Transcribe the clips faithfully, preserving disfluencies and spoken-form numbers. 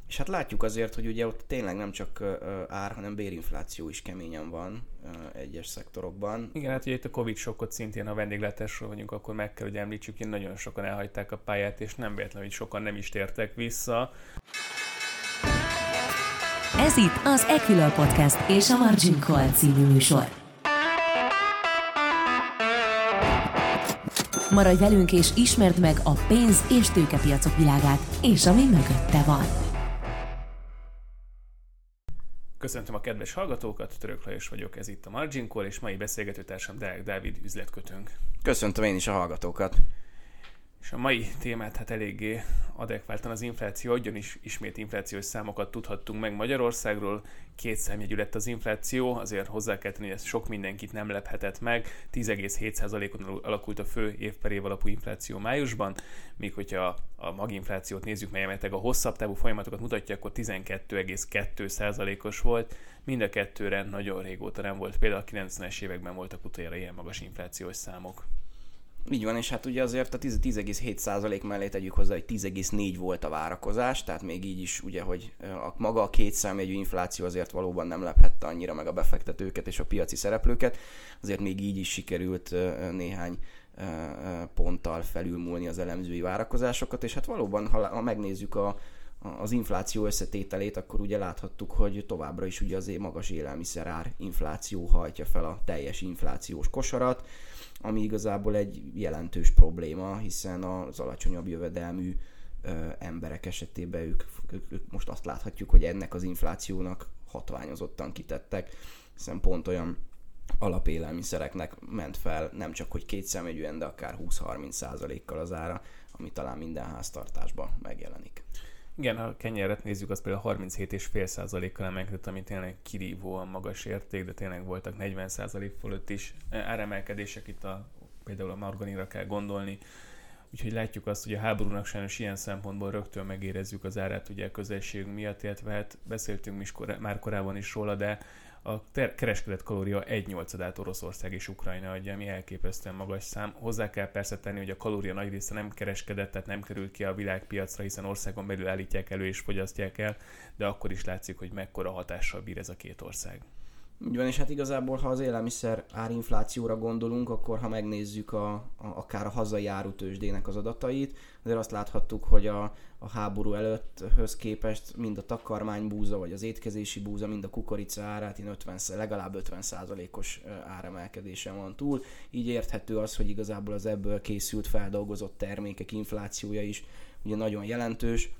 És hát látjuk azért, hogy ugye ott tényleg nem csak ár, hanem bérinfláció is keményen van egyes szektorokban. Igen, hát ugye itt a Covid sokkot szintén, ha vendéglátásról vagyunk, akkor meg kell, hogy említsük, hogy nagyon sokan elhagyták a pályát, és nem véletlenül, hogy sokan nem is tértek vissza. Ez itt az Equilor Podcast és a Margin Call című műsor. Maradj velünk és ismerd meg a pénz- és tőkepiacok világát, és ami mögötte van. Köszöntöm a kedves hallgatókat, Török Lajos vagyok, ez itt a Margin Call, és mai beszélgetőtársam Deák Dávid, üzletkötőnk. Köszöntöm én is a hallgatókat. És a mai témát hát eléggé adekváltan az infláció, ugyanis ismét inflációs számokat tudhattunk meg Magyarországról. Két számjegyű lett az infláció, azért hozzá kell tenni, hogy ez sok mindenkit nem lephetett meg. tíz egész hét százalékon alakult a fő év per év alapú infláció májusban, míg hogyha a maginflációt nézzük, mely emeltek a hosszabb távú folyamatokat mutatja, akkor tizenkét egész kettő százalékos volt. Mind a kettőre nagyon régóta nem volt. Például a kilencvenes években voltak utoljára ilyen magas inflációs számok. Így van, és hát ugye azért a tíz egész hét százalék mellé tegyük hozzá, hogy tíz egész négy volt a várakozás, tehát még így is ugye, hogy a maga a két számjegyű infláció azért valóban nem lephette annyira meg a befektetőket és a piaci szereplőket, azért még így is sikerült néhány ponttal felülmúlni az elemzői várakozásokat, és hát valóban, ha megnézzük a az infláció összetételét, akkor ugye láthattuk, hogy továbbra is ugye azért magas élelmiszerár infláció hajtja fel a teljes inflációs kosarat, ami igazából egy jelentős probléma, hiszen az alacsonyabb jövedelmű ö, emberek esetében ők, ők, ők most azt láthatjuk, hogy ennek az inflációnak hatványozottan kitettek, hiszen pont olyan alapélelmiszereknek ment fel nem csak hogy kétszámjegyűen, de akár húsz-harminc százalékkal az ára, ami talán minden háztartásban megjelenik. Igen, ha a kenyeret nézzük, az például harminchét egész öt százalékkal emelkedett, ami tényleg kirívóan magas érték, de tényleg voltak negyven százalék fölött is áremelkedések, itt a, például a margarinra kell gondolni. Úgyhogy látjuk azt, hogy a háborúnak sajnos ilyen szempontból rögtön megérezzük az árát ugye a közelségünk miatt, illetve hát beszéltünk is korá- már korábban is róla, de a ter- kereskedett kalória egy nyolcadát Oroszország és Ukrajna adja, ami elképesztően magas szám. Hozzá kell persze tenni, hogy a kalória nagy része nem kereskedett, tehát nem került ki a világpiacra, hiszen országon belül állítják elő és fogyasztják el, de akkor is látszik, hogy mekkora hatással bír ez a két ország. Így van, és hát igazából, ha az élelmiszer árinflációra gondolunk, akkor ha megnézzük a, a, akár a hazai árutőzsdének az adatait, azért azt láthattuk, hogy a, a háború előtthöz képest mind a takarmánybúza, vagy az étkezési búza, mind a kukorica árát ötven, legalább ötven százalékos áremelkedésen van túl. Így érthető az, hogy igazából az ebből készült, feldolgozott termékek inflációja is ugye nagyon jelentős.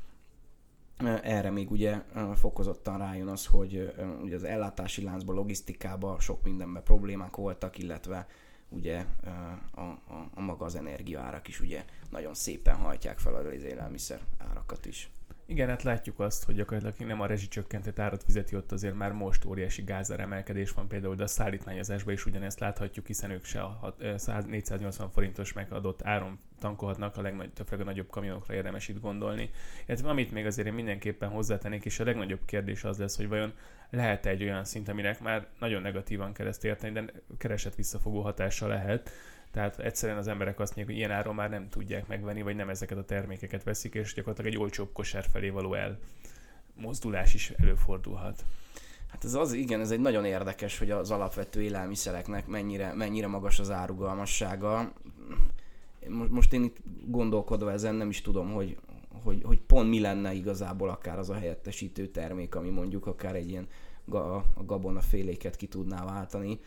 Erre még ugye fokozottan rájön az, hogy ugye az ellátási láncban, logisztikában sok mindenben problémák voltak, illetve ugye a, a, a maga az energiaárak is ugye nagyon szépen hajtják fel az élelmiszer árakat is. Igen, hát látjuk azt, hogy gyakorlatilag nem a rezsicsökkentett árat fizeti, ott azért már most óriási gázáremelkedés van például, de a szállítmányozásban is ugyanezt láthatjuk, hiszen ők se a négyszáznyolcvan forintos megadott áron tankolhatnak, a legnagyobb, többleg a nagyobb kamionokra érdemes itt gondolni. Illetve amit még azért én mindenképpen hozzátennék, és a legnagyobb kérdés az lesz, hogy vajon lehet egy olyan szint, aminek már nagyon negatívan kell ezt érteni, de keresett visszafogó hatása lehet. Tehát egyszerűen az emberek azt mondják, hogy ilyen áron már nem tudják megvenni, vagy nem ezeket a termékeket veszik, és gyakorlatilag egy olcsóbb kosár felé való elmozdulás is előfordulhat. Hát ez az, igen, ez egy nagyon érdekes, hogy az alapvető élelmiszereknek mennyire, mennyire magas az árugalmassága. Most én itt gondolkodva ezen nem is tudom, hogy, hogy, hogy pont mi lenne igazából akár az a helyettesítő termék, ami mondjuk akár egy ilyen a gabonaféléket ki tudná váltani.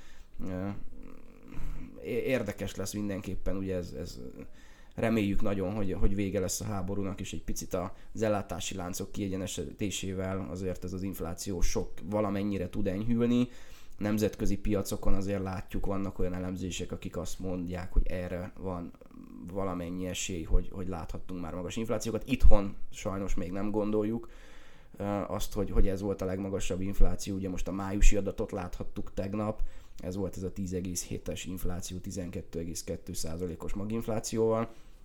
Érdekes lesz mindenképpen, ugye ez, ez reméljük nagyon, hogy, hogy vége lesz a háborúnak, és egy picit az ellátási láncok kiegyenesedésével azért ez az infláció sok valamennyire tud enyhülni. Nemzetközi piacokon azért látjuk, vannak olyan elemzések, akik azt mondják, hogy erre van valamennyi esély, hogy, hogy láthattunk már magas inflációkat. Itthon sajnos még nem gondoljuk azt, hogy, hogy ez volt a legmagasabb infláció. Ugye most a májusi adatot láthattuk tegnap, ez volt ez a tíz egész hétes infláció, tizenkét egész kettő százalékos maginflációval.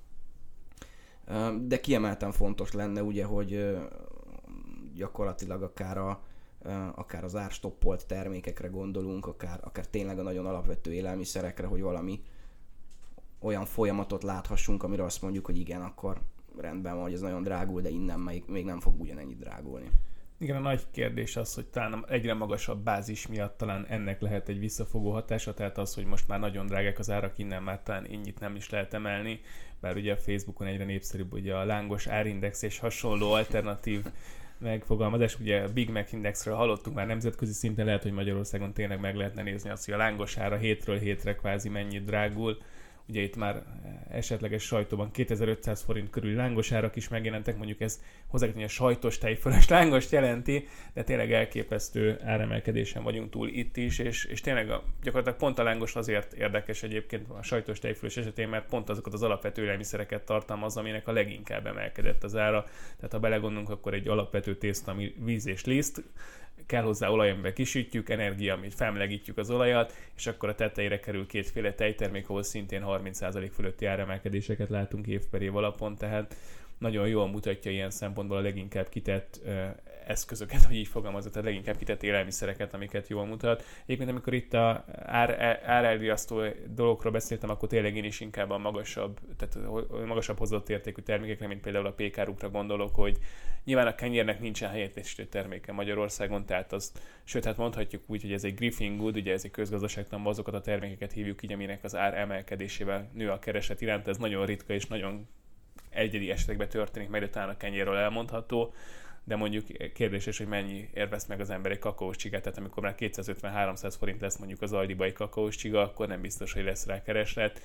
De kiemelten fontos lenne ugye, hogy gyakorlatilag akár, a, akár az árstoppolt termékekre gondolunk, akár, akár tényleg a nagyon alapvető élelmiszerekre, hogy valami olyan folyamatot láthassunk, amire azt mondjuk, hogy igen, akkor rendben van, hogy ez nagyon drágul, de innen még, még nem fog ugyanennyit drágulni. Igen, a nagy kérdés az, hogy talán egyre magasabb bázis miatt talán ennek lehet egy visszafogó hatása, tehát az, hogy most már nagyon drágák az árak, innen már talán ennyit nem is lehet emelni, bár ugye a Facebookon egyre népszerűbb ugye a lángos árindex és hasonló alternatív megfogalmazás. Ugye a Big Mac Indexről hallottunk már nemzetközi szinten, lehet, hogy Magyarországon tényleg meg lehetne nézni azt, hogy a lángos ára hétről hétre kvázi mennyit drágul. Ugye itt már esetleges sajtóban kétezer-ötszáz forint körüli lángos árak is megjelentek, mondjuk ez hozzákötni a sajtos tejfölös lángost jelenti, de tényleg elképesztő áremelkedésen vagyunk túl itt is, és, és tényleg a, gyakorlatilag pont a lángos azért érdekes egyébként a sajtos tejfölös esetén, mert pont azokat az alapvető élelmiszereket tartalmaz, aminek a leginkább emelkedett az ára. Tehát ha belegondolunk, akkor egy alapvető tészta, ami víz és liszt, kell hozzá olaj, amivel kisütjük, energia, amit felmelegítjük az olajat, és akkor a tetejére kerül kétféle tejtermék, ahol szintén harminc százalék fölötti áremelkedéseket látunk év per év alapon, tehát nagyon jól mutatja ilyen szempontból a leginkább kitett uh, eszközöket, hogy így fogalmazott, a leginkább kitett élelmiszereket, amiket jól mutat. Egyébként amikor itt a ár, árelriasztó dolgokról beszéltem, akkor tényleg én is inkább a magasabb, tehát a magasabb hozott értékű termékekre, mint például a pékárukra gondolok, hogy nyilván a kenyérnek nincsen helyettesítő terméke Magyarországon, tehát azt, sőt, hát mondhatjuk úgy, hogy ez egy Griffin Good, ugye ez egy közgazdaságtanban azokat a termékeket hívjuk így, aminek az ár emelkedésével nő a kereslet iránt, ez nagyon ritka és nagyon egyedi esetekben történik, meg talán a kenyérről elmondható, de mondjuk kérdéses, hogy mennyi érvesz meg az ember egy kakaós csigát, tehát amikor már kétszázötven-háromszáz forint lesz mondjuk az Aldibai kakaós csiga, akkor nem biztos, hogy lesz rá kereslet.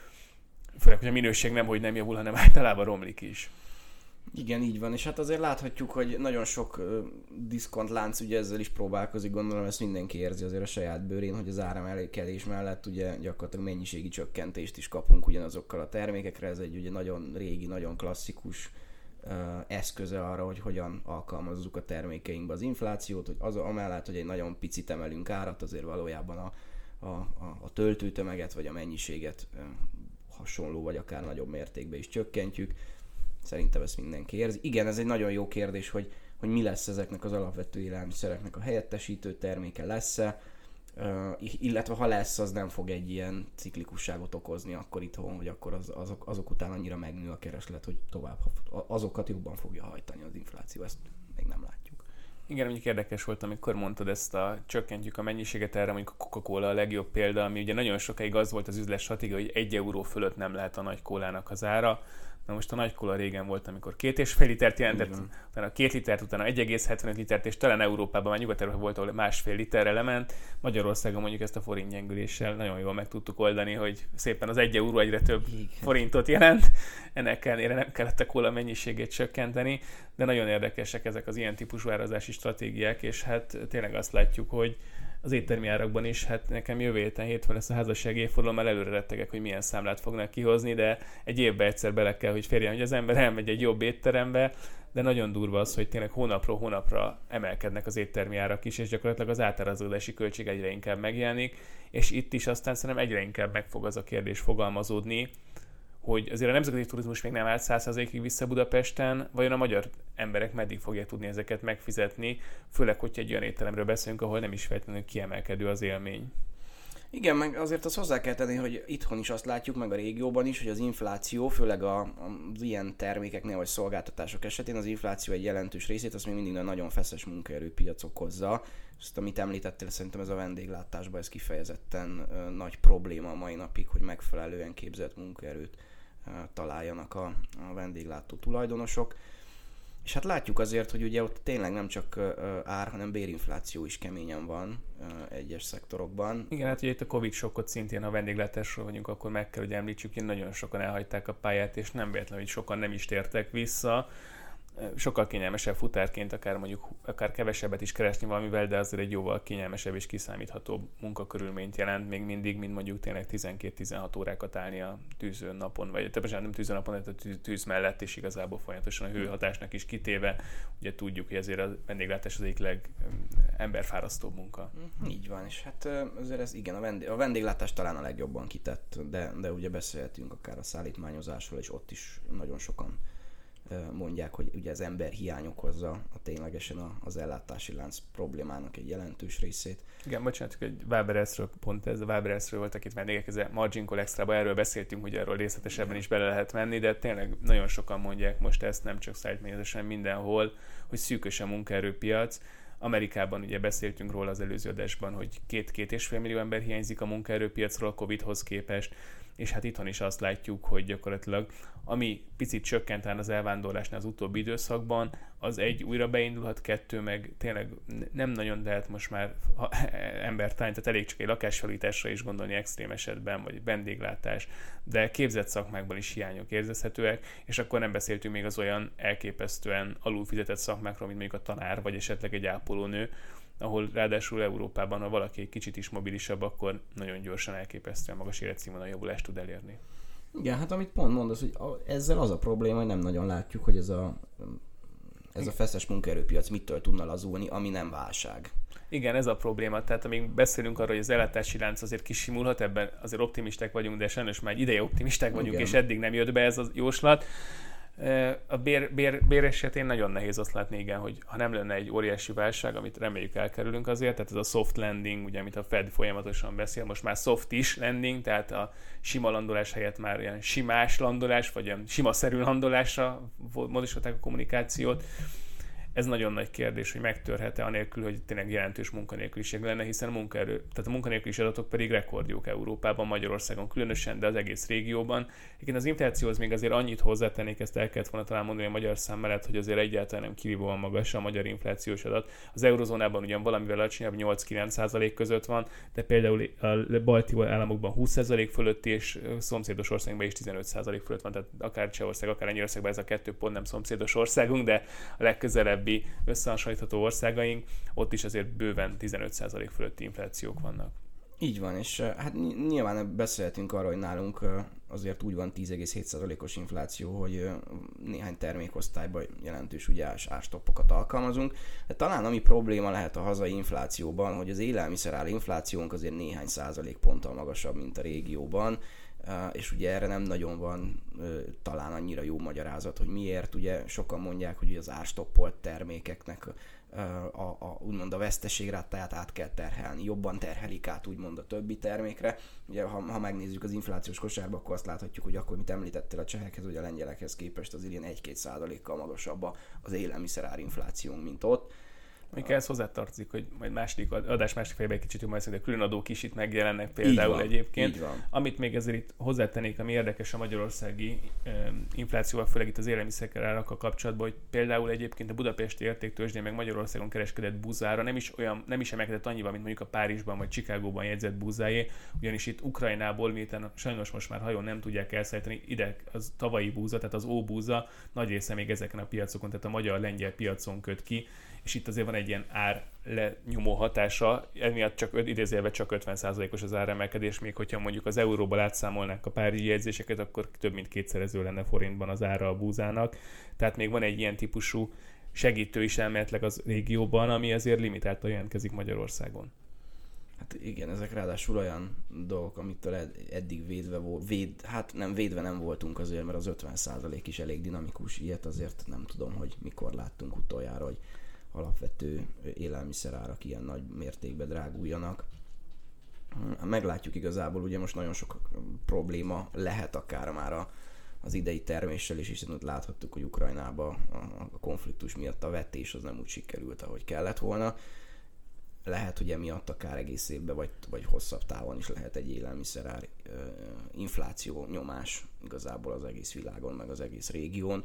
Főleg, hogy a minőség nem, hogy nem javul, hanem általában romlik is. Igen, így van, és hát azért láthatjuk, hogy nagyon sok uh, diszkontlánc ugye ezzel is próbálkozik, gondolom ezt mindenki érzi azért a saját bőrén, hogy az áremelkedés mellett ugye gyakorlatilag mennyiségi csökkentést is kapunk ugyanazokkal a termékekre, ez egy ugye nagyon régi, nagyon klasszikus uh, eszköze arra, hogy hogyan alkalmazzuk a termékeinkbe az inflációt, hogy az amellett, hogy egy nagyon picit emelünk árat, azért valójában a, a, a, a töltőtömeget vagy a mennyiséget uh, hasonló vagy akár nagyobb mértékben is csökkentjük. Szerintem ezt mindenki érzi. Igen, ez egy nagyon jó kérdés, hogy, hogy mi lesz ezeknek az alapvető élelmiszereknek a helyettesítő terméke, lesz-e, uh, illetve ha lesz, az nem fog egy ilyen ciklikusságot okozni akkor itthon, hogy akkor az, azok, azok után annyira megnő a kereslet, hogy tovább azokat jobban fogja hajtani az infláció. Ezt még nem látjuk. Igen, mondjuk érdekes volt, amikor mondtad ezt a csökkentjük a mennyiséget, erre mondjuk a Coca-Cola a legjobb példa, ami ugye nagyon sokáig az volt az üzlet stratégia, hogy egy euró fölött nem lehet a nagy kólának az ára. Na most a nagy kóla régen volt, amikor két és fél litert jelentett, igen. Utána két litert, utána egy egész hetvenöt litert, és talán Európában, már Nyugat-Európában volt, ahol másfél literre lement. Magyarországon mondjuk ezt a forint gyengüléssel nagyon jól meg tudtuk oldani, hogy szépen az egy euró egyre több igen. forintot jelent. Ennek ellenére nem kellett a kóla mennyiségét csökkenteni, de nagyon érdekesek ezek az ilyen típusú árazási stratégiák, és hát tényleg azt látjuk, hogy az éttermi árakban is, hát nekem jövő héten hétfőn lesz a házassági évforduló, már előre rettegek, hogy milyen számlát fognak kihozni, de egy évben egyszer bele kell, hogy férjen, hogy az ember elmegy egy jobb étterembe, de nagyon durva az, hogy tényleg hónapról hónapra emelkednek az éttermi árak is, és gyakorlatilag az átárazódási költség egyre inkább megjelenik, és itt is aztán szerintem egyre inkább meg fog az a kérdés fogalmazódni, hogy azért a nemzetközi turizmus még nem állt száz százalékig vissza Budapesten, vajon a magyar emberek meddig fogják tudni ezeket megfizetni, főleg, hogyha egy olyan étteremről beszélünk, ahol nem is feltétlenül kiemelkedő az élmény. Igen, meg azért azt hozzá kell tenni, hogy itthon is azt látjuk, meg a régióban is, hogy az infláció, főleg a, az ilyen termékeknél vagy szolgáltatások esetén az infláció egy jelentős részét, azt még mindig a nagyon feszes munkaerőpiac okozza. Ezt, amit említettél, szerintem ez a vendéglátásban ez kifejezetten uh, nagy probléma a mai napig, hogy megfelelően képzett munkaerőt uh, találjanak a, a vendéglátó tulajdonosok. És hát látjuk azért, hogy ugye ott tényleg nem csak uh, ár, hanem bérinfláció is keményen van uh, egyes szektorokban. Igen, hát ugye itt a Covid-sokkot szintén, ha vendéglátásról vagyunk, akkor meg kell, hogy említsük, hogy nagyon sokan elhagyták a pályát, és nem véletlenül, hogy sokan nem is tértek vissza. Sokkal kényelmesebb futárként, akár mondjuk akár kevesebbet is keresni valamivel, de azért egy jóval kényelmesebb és kiszámíthatóbb munkakörülményt jelent még mindig, mint mondjuk tényleg tizenkét-tizenhat órákat állni a tűző napon, vagy többesen nem tűző napon, de a tűz mellett, és igazából folyamatosan a hőhatásnak is kitéve. Ugye tudjuk, hogy azért a vendéglátás az egyik legemberfárasztóbb munka. Így van, és hát azért ez igen, a, vendég, a vendéglátás talán a legjobban kitett, de, de ugye beszélhetünk akár a szállítmányozásról, és ott is nagyon sokan mondják, hogy ugye az ember hiány okozza a ténylegesen az ellátási lánc problémának egy jelentős részét. Igen, bocsánat, csak egy Wabererről, pont ez a Wabererről voltak itt vendégek, ez a Margin Call Extra-ban erről beszéltünk, hogy erről részletesebben is bele lehet menni, de tényleg nagyon sokan mondják most ezt, nem csak szájtményezesen mindenhol, hogy szűkös a munkaerőpiac. Amerikában ugye beszéltünk róla az előző adásban, hogy két-két és fél millió ember hiányzik a munkaerőpiacról a Covidhoz képest, és hát itthon is azt látjuk, hogy gyakorlatilag ami picit csökkent az elvándorlásnál az utóbbi időszakban, az egy újra beindulhat, kettő meg tényleg nem nagyon lehet most már embertány, tehát elég csak egy lakásfelújításra is gondolni extrém esetben, vagy vendéglátás, de képzett szakmákban is hiányok érzezhetőek, és akkor nem beszéltünk még az olyan elképesztően alulfizetett szakmákról, mint mondjuk a tanár, vagy esetleg egy ápolónő, ahol ráadásul Európában, ha valaki egy kicsit is mobilisabb, akkor nagyon gyorsan elképesztően magas életszínvonal javulást tud elérni. Igen, hát amit pont mondasz, hogy ezzel az a probléma, hogy nem nagyon látjuk, hogy ez a, ez a feszes munkaerőpiac mitől tudna lazulni, ami nem válság. Igen, ez a probléma. Tehát amíg beszélünk arról, hogy az ellátási lánc azért kisimulhat, ebben azért optimisták vagyunk, de sajnos már egy ideje optimisták vagyunk, igen. És eddig nem jött be ez a jóslat. A bér, bér, bér esetén nagyon nehéz azt látni, igen, hogy ha nem lenne egy óriási válság, amit reméljük elkerülünk azért, tehát ez a soft landing, ugye, amit a Fed folyamatosan beszél, most már soft is landing, tehát a sima landolás helyett már ilyen simás landolás, vagy ilyen simaszerű landolásra módosították a kommunikációt. Ez nagyon nagy kérdés, hogy megtörhet-e anélkül, hogy tényleg jelentős munkanélküliség lenne, hiszen a munkaerő, tehát a munkanélküliség adatok pedig rekordjók Európában, Magyarországon különösen, de az egész régióban. Egyébként az inflációhoz még azért annyit hozzátennék, ezt el kellett volna talán mondani a magyar szám mellett, hogy azért egyáltalán nem kirívóan magas a magyar inflációs adat. Az eurozónában ugyan valamivel alacsonyabb, nyolc-kilenc százalék között van, de például a balti államokban húsz százalék fölött és szomszédos országban is tizenöt százalék fölött van, tehát akár Csehország, akár Lengyelországban ez a kettő pont nem szomszédos országunk, de a legközelebb összehasonlítható országaink, ott is azért bőven tizenöt százalék fölötti inflációk vannak. Így van, és hát nyilván beszélhetünk arról, hogy nálunk azért úgy van tíz egész hét százalékos infláció, hogy néhány termékosztályban jelentős ugye árstoppokat alkalmazunk, de talán ami probléma lehet a hazai inflációban, hogy az élelmiszerár inflációnk azért néhány százalékponttal magasabb, mint a régióban, és ugye erre nem nagyon van talán annyira jó magyarázat, hogy miért. Ugye sokan mondják, hogy az árstoppolt termékeknek a, a, úgymond a veszteségrátáját át kell terhelni, jobban terhelik át úgymond a többi termékre. Ugye ha, ha megnézzük az inflációs kosárba, akkor azt láthatjuk, hogy akkor, mit említettél a csehekhez, vagy a lengyelekhez képest azért ilyen egy-két százalékkal magasabb az élelmiszerár inflációnk, mint ott. Még ehhez hozzátartozik, hogy majd második adás másik fejében egy kicsit majd szerintem külön adók is itt megjelennek például van, egyébként. Amit még ezért itt hozzátennék, ami érdekes a magyarországi e, inflációval, főleg itt az élelmiszerárakkal kapcsolatban, hogy például egyébként a budapesti értéktőzsdén meg Magyarországon kereskedett búzára nem is olyan, nem is emelkedett annyival, mint mondjuk a Párizsban vagy Chicagóban jegyzett búzájé, ugyanis itt Ukrajnából, miután sajnos most már hajón nem tudják elszállítani, ide az tavalyi búza, tehát az óbúza nagy része még ezeken a piacokon, tehát a magyar-lengyel piacon köt ki, és itt azért van egy ilyen ár lenyomó hatása, emiatt csak idézőjelben csak ötven százalékos az áremelkedés, még hogyha mondjuk az euróból átszámolnánk a párizsi jegyzéseket, akkor több mint kétszerező lenne forintban az ára a búzának. Tehát még van egy ilyen típusú segítő is elméletileg az régióban, ami azért limitáltan jelentkezik Magyarországon. Hát igen, ezek ráadásul olyan dolgok, amitől eddig védve volt, véd, hát nem védve nem voltunk azért, mert az ötven százalék is elég dinamikus, ilyet azért nem tudom, hogy mikor láttunk utoljára, hogy alapvető élelmiszerárak ilyen nagy mértékben dráguljanak. Meglátjuk igazából, ugye most nagyon sok probléma lehet akár már az idei terméssel is, hiszen ott láthattuk, hogy Ukrajnában a konfliktus miatt a vetés az nem úgy sikerült, ahogy kellett volna. Lehet, hogy emiatt akár egész évben, vagy, vagy hosszabb távon is lehet egy élelmiszerár infláció nyomás igazából az egész világon, meg az egész régión.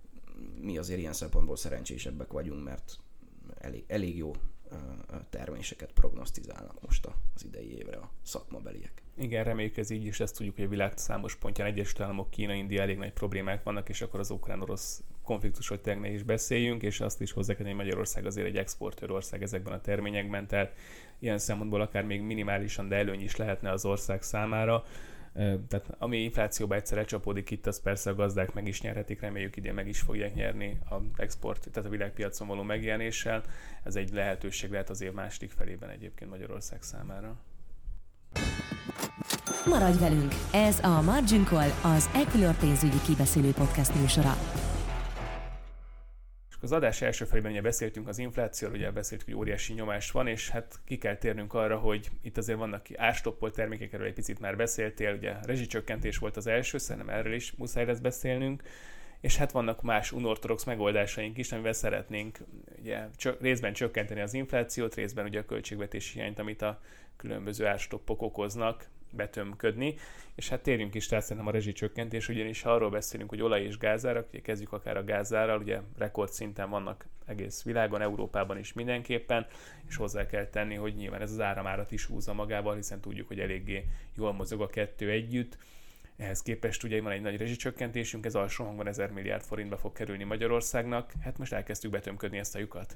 Mi azért ilyen szempontból szerencsésebbek vagyunk, mert elég, elég jó terméseket prognosztizálnak most az idei évre a szakmabeliek. Igen, reméljük ez így is, ezt tudjuk, hogy a világ számos pontján Egyesült Államok, Kína, India elég nagy problémák vannak, és akkor az ukrán-orosz konfliktusról tényleg ne is beszéljünk, és azt is hozzá kell, hogy Magyarország azért egy exportőr ország ezekben a terményekben, tehát ilyen szempontból akár még minimálisan, de előny is lehetne az ország számára. Tehát ami inflációba egyszer lecsapódik itt, az persze a gazdák meg is nyerhetik, reméljük idén meg is fogják nyerni az export, tehát a világpiacon való megjelenéssel. Ez egy lehetőség lehet az év második felében egyébként Magyarország számára. Maradj velünk! Ez a Margin Call, az Equilor pénzügyi kibeszélő podcast műsora. Az adás első felében ugye beszéltünk az inflációról, ugye beszéltük, hogy óriási nyomás van, és hát ki kell térnünk arra, hogy itt azért vannak árstoppolt termékek, erről egy picit már beszéltél, ugye rezsicsökkentés volt az első, szerintem erről is muszáj lesz beszélnünk, és hát vannak más unortodox megoldásaink is, amivel szeretnénk ugye, csök, részben csökkenteni az inflációt, részben ugye a költségvetési hiányt, amit a különböző árstoppok okoznak, betömködni, és hát térjünk is rá szerintem a rezsicsökkentés, ugyanis ha arról beszélünk, hogy olaj és gázárak, ugye kezdjük akár a gázárral, ugye rekordszinten vannak egész világon, Európában is mindenképpen, és hozzá kell tenni, hogy nyilván ez az áramárat is húzza magával, hiszen tudjuk, hogy eléggé jól mozog a kettő együtt. Ehhez képest ugye van egy nagy rezsicsökkentésünk, ez alsó hangon ezer milliárd forintba fog kerülni Magyarországnak, hát most elkezdtük betömködni ezt a lyukat.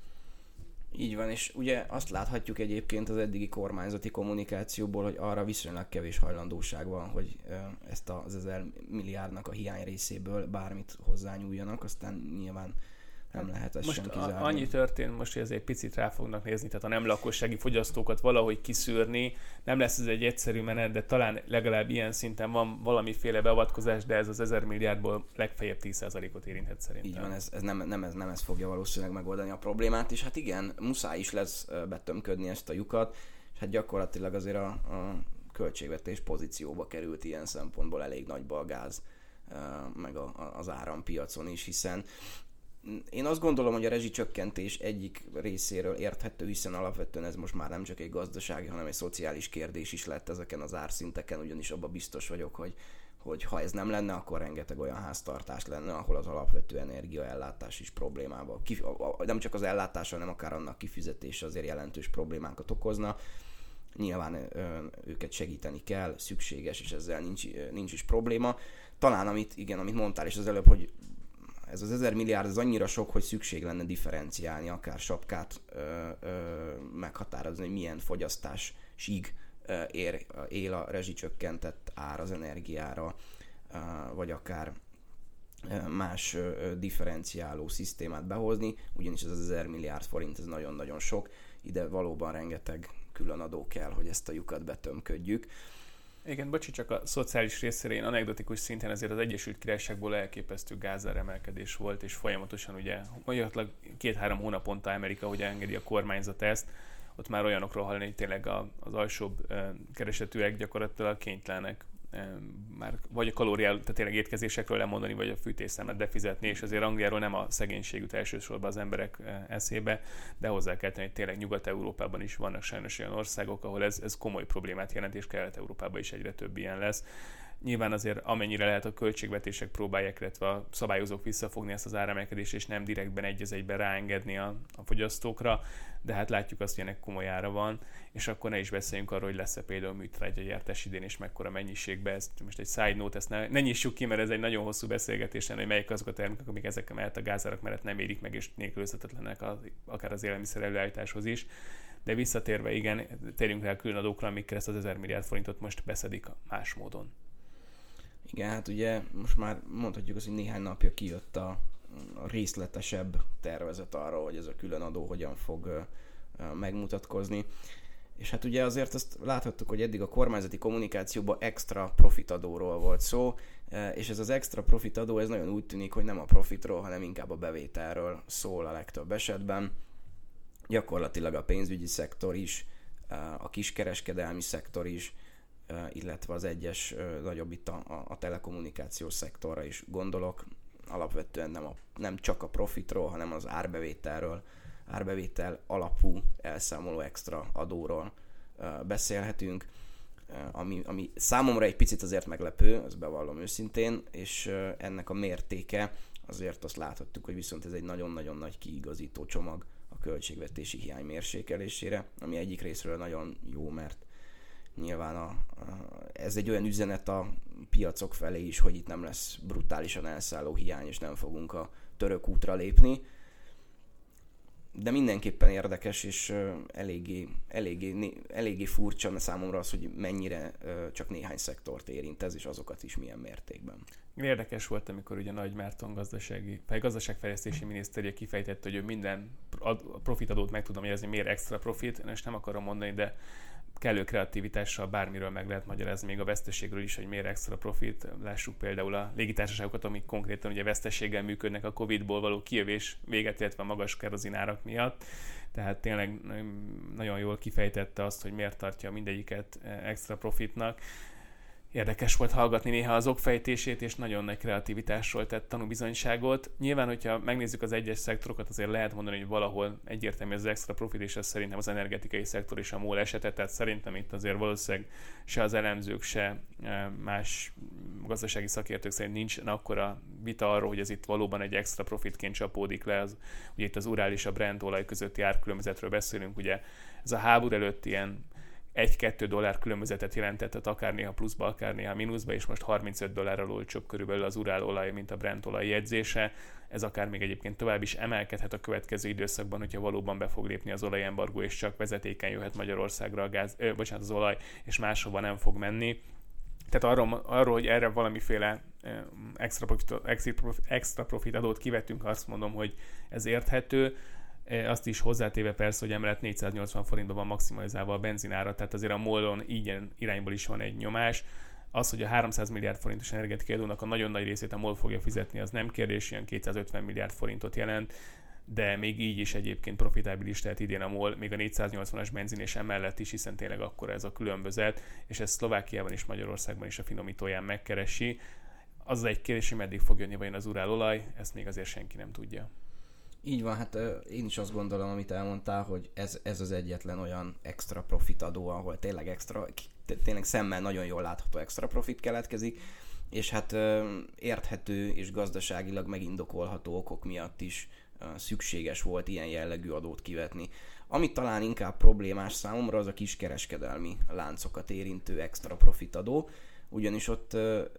Így van, és ugye azt láthatjuk egyébként az eddigi kormányzati kommunikációból, hogy arra viszonylag kevés hajlandóság van, hogy ezt az ezer milliárdnak a hiány részéből bármit hozzányúljanak, aztán nyilván nem lehet ezt most sem kizárni. Annyi történt most, hogy ezért picit rá fognak nézni, tehát a nem lakossági fogyasztókat valahogy kiszűrni. Nem lesz ez egy egyszerű menet, de talán legalább ilyen szinten van valamiféle beavatkozás, de ez az ezer milliárdból legfeljebb tíz százalékot érinthet szerintem. Így van, ez, ez nem, nem, ez, nem ez fogja valószínűleg megoldani a problémát, és hát igen, muszáj is lesz betömködni ezt a lyukat, és hát gyakorlatilag azért a, a költségvetés pozícióba került ilyen szempontból elég nagyba a gáz, meg a, az árampiacon is, hiszen én azt gondolom, hogy a rezsicsökkentés egyik részéről érthető, hiszen alapvetően ez most már nem csak egy gazdasági, hanem egy szociális kérdés is lett ezeken az árszinteken, ugyanis abban biztos vagyok, hogy, hogy ha ez nem lenne, akkor rengeteg olyan háztartás lenne, ahol az alapvető energiaellátás is problémába. Nem csak az ellátás, hanem akár annak kifizetése azért jelentős problémákat okozna. Nyilván őket segíteni kell, szükséges, és ezzel nincs, nincs is probléma. Talán amit, igen, amit mondtál is az előbb, hogy ez az ezer milliárd, ez annyira sok, hogy szükség lenne differenciálni, akár sapkát ö, ö, meghatározni, hogy milyen fogyasztásig ö, ér, él a rezsicsökkentett ár az energiára, ö, vagy akár ö, más ö, differenciáló szisztémát behozni, ugyanis ez az ezer milliárd forint, ez nagyon-nagyon sok, ide valóban rengeteg különadó kell, hogy ezt a lyukat betömködjük. Igen, bocsi, csak a szociális részére én anekdotikus szinten azért az Egyesült Királyságból elképesztő gázáremelkedés volt, és folyamatosan ugye gyakorlatilag két-három hónaponta Amerika, hogy engedi a kormányzat ezt, ott már olyanokról hallani, hogy tényleg az alsóbb keresetűek gyakorlatilag kénytelenek már vagy a kalóriál, tehát tényleg étkezésekről lemondani, vagy a fűtésszámlát befizetni, és azért Angliáról nem a szegénység jut elsősorban az emberek eszébe, de hozzá kell tenni, hogy tényleg Nyugat-Európában is vannak sajnos olyan országok, ahol ez, ez komoly problémát jelent, és Kelet-Európában is egyre több ilyen lesz. Nyilván azért amennyire lehet a költségvetések próbálják, illetve a szabályozók visszafogni ezt az áremelkedést, és nem direktben egy az egyben ráengedni a, a fogyasztókra, de hát látjuk azt, hogy ennek komoly ára van, és akkor ne is beszéljünk arról, hogy lesz-e például műtrágyagyártás idén, és mekkora mennyiségben. Ezt most egy side note, ezt ne, ne nyissuk ki, mert ez egy nagyon hosszú beszélgetés, hogy melyik azok a termékek, amik ezekkel mellett a gázárak mellett nem érik meg, és nélkülözhetetlenek az, akár az élelmiszer előállításhoz is. De visszatérve, igen, térjünk rá a különadókra, amikkel ezt az ezer milliárd forintot most beszedik más módon. Igen, hát ugye most már mondhatjuk azt, hogy néhány napja kijött a, a részletesebb tervezet arra, hogy ez a különadó hogyan fog uh, megmutatkozni. És hát ugye azért azt láthattuk, hogy eddig a kormányzati kommunikációban extra profitadóról volt szó, uh, és ez az extra profitadó, ez nagyon úgy tűnik, hogy nem a profitról, hanem inkább a bevételről szól a legtöbb esetben. Gyakorlatilag a pénzügyi szektor is, uh, a kiskereskedelmi szektor is, illetve az egyes nagyobb itt a, a telekommunikációs szektorra is gondolok. Alapvetően nem, a, nem csak a profitról, hanem az árbevételről, árbevétel alapú elszámoló extra adóról beszélhetünk, ami, ami számomra egy picit azért meglepő, ezt bevallom őszintén, és ennek a mértéke azért azt láthattuk, hogy viszont ez egy nagyon-nagyon nagy kiigazító csomag a költségvetési hiány mérsékelésére, ami egyik részről nagyon jó, mert nyilván a, a, ez egy olyan üzenet a piacok felé is, hogy itt nem lesz brutálisan elszálló hiány, és nem fogunk a török útra lépni. De mindenképpen érdekes, és eléggé, eléggé, eléggé furcsa számomra az, hogy mennyire csak néhány szektort érint ez, és azokat is milyen mértékben. Érdekes volt, amikor ugye Nagy Márton gazdasági, vagy gazdaságfejlesztési miniszterje kifejtette, hogy ő minden profitadót meg tudom jelezni, miért extra profit, és nem akarom mondani, de kellő kreativitással bármiről meg lehet magyarázni, még a veszteségről is, hogy miért extra profit. Lássuk például a légitársaságokat, amik konkrétan ugye veszteséggel működnek a Covidból való kijövés véget, illetve a magas kerozinárak miatt. Tehát tényleg nagyon jól kifejtette azt, hogy miért tartja mindegyiket extra profitnak. Érdekes volt hallgatni néha az okfejtését, és nagyon nagy kreativitásról tett tanúbizonyságot. Nyilván, hogyha megnézzük az egyes szektorokat, azért lehet mondani, hogy valahol egyértelmű az extra profit, és ez szerintem az energetikai szektor és a MOL esete, tehát szerintem itt azért valószínűleg se az elemzők, se más gazdasági szakértők szerint nincs akkora vita arról, hogy ez itt valóban egy extra profitként csapódik le. Az, ugye itt az Urál és a Brent olaj közötti árkülönbözetről beszélünk, ugye ez a háború előtt ilyen egy-kettő dollár különbözetet jelentett, tehát akár néha pluszba, akár néha mínuszba, és most harmincöt dollárral olcsóbb körülbelül az Urál olaj, mint a Brent olaj jegyzése. Ez akár még egyébként tovább is emelkedhet a következő időszakban, hogyha valóban be fog lépni az olajembargó, és csak vezetéken jöhet Magyarországra a gáz, ö, bocsánat, az olaj, és máshova nem fog menni. Tehát arról, arról hogy erre valamiféle extra profit, extra profit adót kivettünk, azt mondom, hogy ez érthető. Azt is hozzátéve persze, hogy emellett négyszáznyolcvan forintban van maximalizálva a benzinára, tehát azért a MOL-on így irányból is van egy nyomás. Az, hogy a háromszáz milliárd forintos energetikai adónak a nagyon nagy részét a MOL fogja fizetni, az nem kérdés, ilyen kétszázötven milliárd forintot jelent, de még így is egyébként profitábilis lehet idén a MOL, még a négyszáznyolcvanas benzin és emellett is, hiszen tényleg akkora ez a különbözet, és ez Szlovákiában és Magyarországban is a finomítóján megkeresi. Az egy kérdés, hogy meddig fog jönni vajon az Urál olaj, ezt még azért senki nem tudja. Így van, hát én is azt gondolom, amit elmondtál, hogy ez, ez az egyetlen olyan extra profit adó, ahol tényleg extra, tényleg szemmel nagyon jól látható extra profit keletkezik, és hát érthető és gazdaságilag megindokolható okok miatt is szükséges volt ilyen jellegű adót kivetni. Amit talán inkább problémás számomra, az a kiskereskedelmi láncokat érintő extra profit adó, ugyanis ott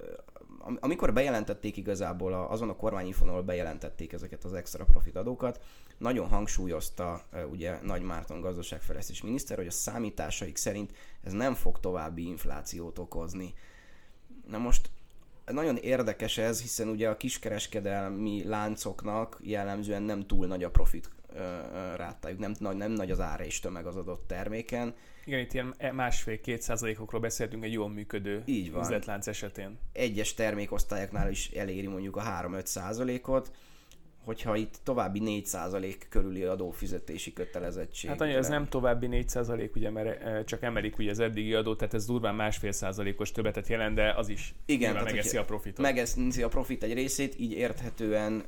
amikor bejelentették igazából azon a kormányinfon, ahol bejelentették ezeket az extra profit adókat, nagyon hangsúlyozta ugye Nagy Márton gazdaságfejlesztési miniszter, hogy a számításaik szerint ez nem fog további inflációt okozni. Na most nagyon érdekes ez, hiszen ugye a kiskereskedelmi láncoknak jellemzően nem túl nagy a profit rátájuk, nem, nem nagy az ára és tömeg az adott terméken. Igen, itt ilyen másfél-két százalékokról beszéltünk egy jól működő üzletlánc esetén. Egyes termékosztályoknál is eléri mondjuk a három-öt százalékot, hogyha itt további négy százalék körüli adófizetési kötelezettség. Hát annyi, ez nem további négy százalék, ugye, mert csak emelik ugye az eddigi adót, tehát ez durván másfél százalékos többetet jelent, de az is igen, tehát megeszi a profitot. Megeszi a profit egy részét, így érthetően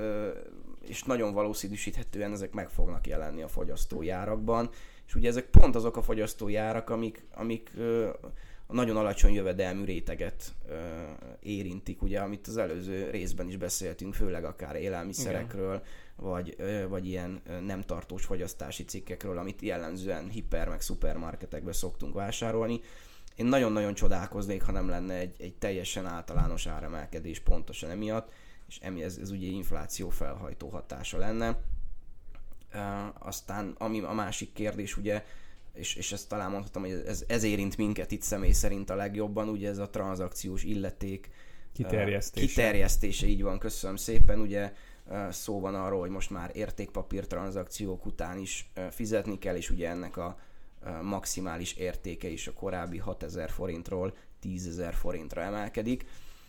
és nagyon valószínűsíthetően ezek meg fognak jelenni a fogyasztói árakban. És ugye ezek pont azok a fogyasztói árak, amik, amik ö, a nagyon alacsony jövedelmű réteget ö, érintik, ugye, amit az előző részben is beszéltünk, főleg akár élelmiszerekről, vagy, ö, vagy ilyen ö, nem tartós fogyasztási cikkekről, amit jellemzően hiper- meg szupermarketekben szoktunk vásárolni. Én nagyon-nagyon csodálkoznék, ha nem lenne egy, egy teljesen általános áremelkedés pontosan emiatt, és ez, ez ugye infláció felhajtó hatása lenne. Uh, aztán ami a másik kérdés, ugye, és, és ezt talán mondhatom, hogy ez, ez érint minket itt személy szerint a legjobban, ugye ez a tranzakciós illeték kiterjesztése. Uh, kiterjesztése, így van, köszönöm szépen, ugye uh, szó van arról, hogy most már értékpapír tranzakciók után is uh, fizetni kell, és ugye ennek a uh, maximális értéke is a korábbi hatezer forintról tízezer forintra emelkedik.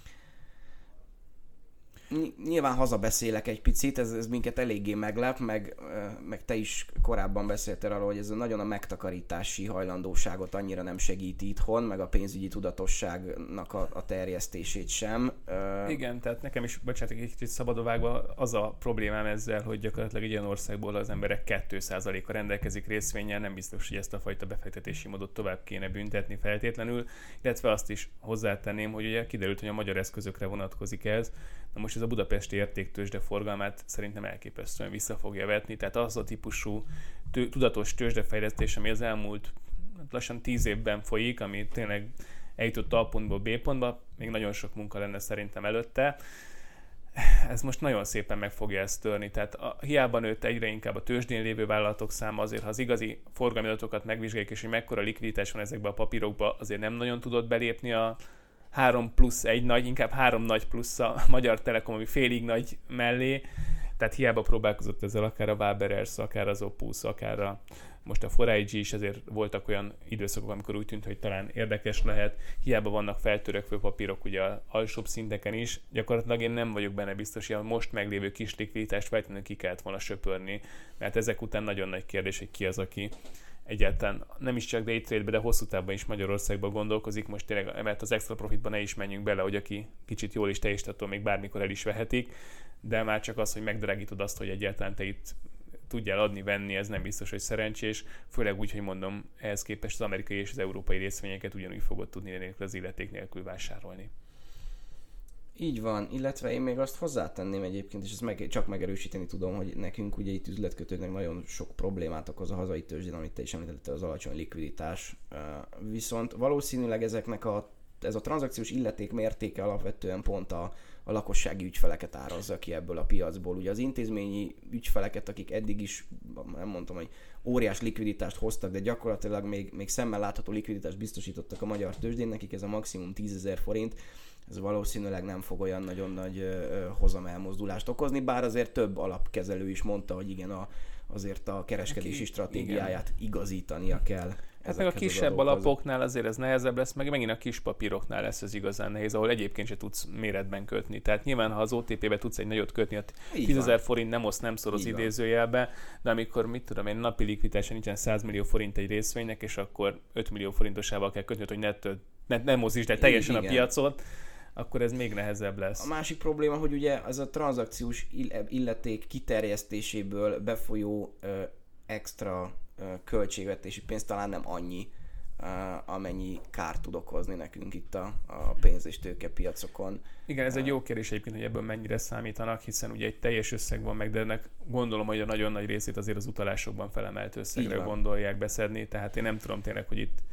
Nyilván hazabeszélek egy picit, ez, ez minket eléggé meglep, meg, meg te is korábban beszéltél arról, hogy ez nagyon a megtakarítási hajlandóságot annyira nem segíti itthon, meg a pénzügyi tudatosságnak a, a terjesztését sem. Igen, tehát nekem is, bocsánat, egy kicsit szabadon az a problémám ezzel, hogy gyakorlatilag egy olyan országból az emberek két százaléka rendelkezik részvénnyel, nem biztos, hogy ezt a fajta befektetési módot tovább kéne büntetni feltétlenül, illetve azt is hozzátenném, hogy ugye kiderült, hogy a magyar eszközökre vonatkozik ez. Na most ez a budapesti értéktőzsde forgalmát szerintem elképesztően vissza fogja vetni, tehát az a típusú tő, tudatos tőzsdefejlesztés, ami az elmúlt lassan tíz évben folyik, ami tényleg eljutott A pontból B pontba, még nagyon sok munka lenne szerintem előtte. Ez most nagyon szépen meg fogja ezt törni, tehát a, hiába nőtt egyre inkább a tőzsdén lévő vállalatok száma, azért ha az igazi forgalmi adatokat megvizsgáljuk, és hogy mekkora likviditás van ezekben a papírokban, azért nem nagyon tudott belépni a három plusz egy nagy, inkább három nagy plusz a Magyar Telekom, ami félig nagy mellé. Tehát hiába próbálkozott ezzel akár a Waberers, akár az Opus, akár a, most a négy i gé is, ezért voltak olyan időszakok, amikor úgy tűnt, hogy talán érdekes lehet. Hiába vannak feltörekvő papírok ugye az alsóbb szinteken is. Gyakorlatilag én nem vagyok benne biztos, hogy a most meglévő kis likviditást feltétlenül ki kellett volna söpörni, mert ezek után nagyon nagy kérdés, hogy ki az, aki egyáltalán nem is csak day trade-be, de hosszú távban is Magyarországban gondolkozik. Most tényleg, mert az extra profitban ne is menjünk bele, hogy aki kicsit jól is teljesített, még bármikor el is vehetik, de már csak az, hogy megdrágítod azt, hogy egyáltalán te itt tudjál adni, venni, ez nem biztos, hogy szerencsés, főleg úgy, hogy mondom, ehhez képest az amerikai és az európai részvényeket ugyanúgy fogod tudni nélkül az illeték nélkül vásárolni. Így van, illetve én még azt hozzátenném egyébként, és ezt meg, csak megerősíteni tudom, hogy nekünk ugye itt üzletkötőknek nagyon sok problémát okoz a hazai tőzsdén, amit te is említettél, az alacsony likviditás. Viszont valószínűleg ezeknek a, ez a tranzakciós illeték mértéke alapvetően pont a, a lakossági ügyfeleket árazza ki ebből a piacból. Ugye az intézményi ügyfeleket, akik eddig is, nem mondtam, hogy óriás likviditást hoztak, de gyakorlatilag még, még szemmel látható likviditást biztosítottak a magyar tőzsdén, nekik ez a maximum tízezer forint, ez valószínűleg nem fog olyan nagyon nagy ö, hozamelmozdulást okozni, bár azért több alapkezelő is mondta, hogy igen, a, azért a kereskedési Neki, stratégiáját igen. igazítania kell. Hát meg a kisebb alapoknál azért ez nehezebb lesz, meg megint a kis papíroknál lesz ez igazán nehéz, ahol egyébként se tudsz méretben kötni. Tehát nyilván, ha az o té pé-be tudsz egy nagyot kötni, a tízezer forint nem osz, nem szor az idézőjelbe, de amikor, mit tudom én, napi likviditása nincsen száz millió forint egy részvénynek, és akkor öt millió forintosával kell kötni, hogy ne, ne, ne mozdítsd el teljesen igen. a piacot, akkor ez még nehezebb lesz. A másik probléma, hogy ugye ez a tranzakciós illeték kiterjesztéséből befolyó ö, extra ö, költségvetési pénz talán nem annyi, ö, amennyi kárt tud okozni nekünk itt a, a pénz- és tőkepiacokon. Igen, ez egy jó kérdés egyébként, hogy ebből mennyire számítanak, hiszen ugye egy teljes összeg van meg, de ennek gondolom, hogy a nagyon nagy részét azért az utalásokban felemelt összegre gondolják beszedni, tehát én nem tudom tényleg, hogy itt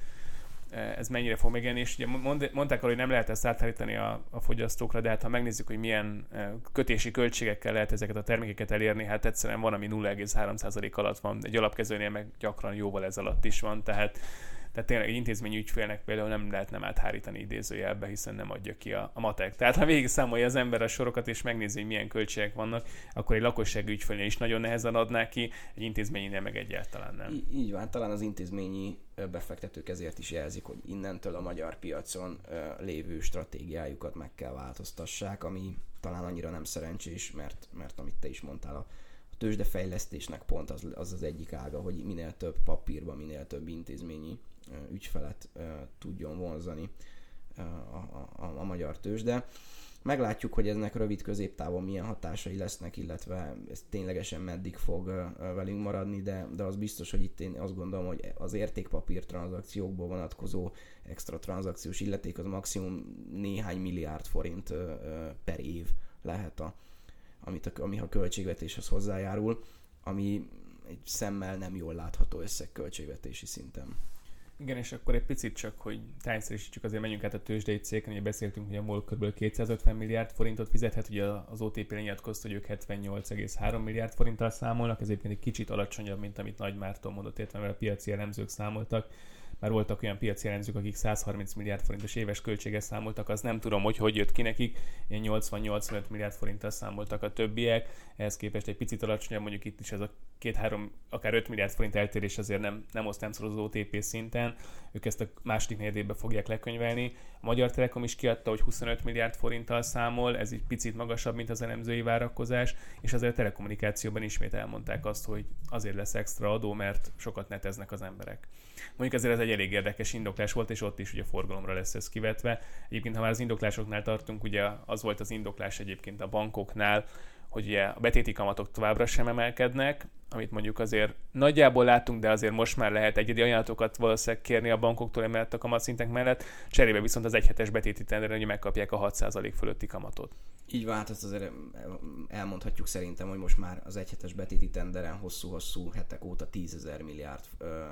ez mennyire fog megjelenni, és ugye mondták arra, hogy nem lehet ezt áthárítani a, a fogyasztókra, de hát ha megnézzük, hogy milyen kötési költségekkel lehet ezeket a termékeket elérni, hát egyszerűen van, ami nulla egész három százalék alatt van, egy alapkezőnél meg gyakran jóval ez alatt is van, tehát, tehát tényleg egy intézményi ügyfélnek például nem lehet nem áthárítani idézőjelbe, hiszen nem adja ki a, a matek. Tehát ha végig számolja az ember a sorokat, és megnézi, hogy milyen költségek vannak, akkor egy lakossági ügyfélnél is nagyon nehezen adná ki, egy intézményinél meg egyáltalán nem. Í- így van, talán az intézményi befektetők ezért is jelzik, hogy innentől a magyar piacon lévő stratégiájukat meg kell változtassák, ami talán annyira nem szerencsés, mert, mert amit te is mondtál, a tőzsdefejlesztésnek pont az, az az egyik ága, hogy minél több papírban, minél több intézményi ügyfelet tudjon vonzani a, a, a, a magyar tőzsde. Meglátjuk, hogy eznek rövid középtávon milyen hatásai lesznek, illetve ez ténylegesen meddig fog velünk maradni, de, de az biztos, hogy itt én azt gondolom, hogy az értékpapír tranzakciókból vonatkozó extra tranzakciós illeték az maximum néhány milliárd forint per év lehet, a, amit a, ami a költségvetéshez hozzájárul, ami egy szemmel nem jól látható összeg költségvetési szinten. Igen, és akkor egy picit csak, hogy tájszerűsítsük, azért menjünk át a tőzsdei cégeken, ugye beszéltünk, hogy a MOL kb. kétszázötven milliárd forintot fizethet, ugye az o té pé nyilatkozta, hogy ők hetvennyolc egész három milliárd forinttal számolnak, ez egyébként egy kicsit alacsonyabb, mint amit Nagy Márton mondott, értve, mert a piaci elemzők számoltak. Már voltak olyan piaci elemzők, akik száz harminc milliárd forintos éves költséggel számoltak, az nem tudom, hogy hogy jött ki nekik, ilyen nyolcvan-nyolcvanöt milliárd forinttal számoltak a többiek, ehhez képest egy picit alacsonyabb, mondjuk itt is ez a két-három, akár öt milliárd forint eltérés azért nem, nem oszt, nem szor az o té pé szinten, ők ezt a második negyedévben fogják lekönyvelni. A Magyar Telekom is kiadta, hogy huszonöt milliárd forinttal számol, ez egy picit magasabb, mint az elemzői várakozás, és azért a telekommunikációban ismét elmondták azt, hogy azért lesz extra adó, mert sokat neteznek az emberek. Mondjuk ezért ez egy elég érdekes indoklás volt, és ott is ugye forgalomra lesz ez kivetve. Egyébként, ha már az indoklásoknál tartunk, ugye az volt az indoklás egyébként a bankoknál, hogy ugye a betéti kamatok továbbra sem emelkednek, amit mondjuk azért nagyjából látunk, de azért most már lehet egyedi ajánlatokat valószínűleg kérni a bankoktól emellett a kamatszintek mellett, cserébe viszont az egyhetes betéti tenderen ugye megkapják a hat százalék fölötti kamatot. Így van, hát ezt azért elmondhatjuk szerintem, hogy most már az egyhetes betéti tenderen hosszú-hosszú hetek óta tízezer milliárd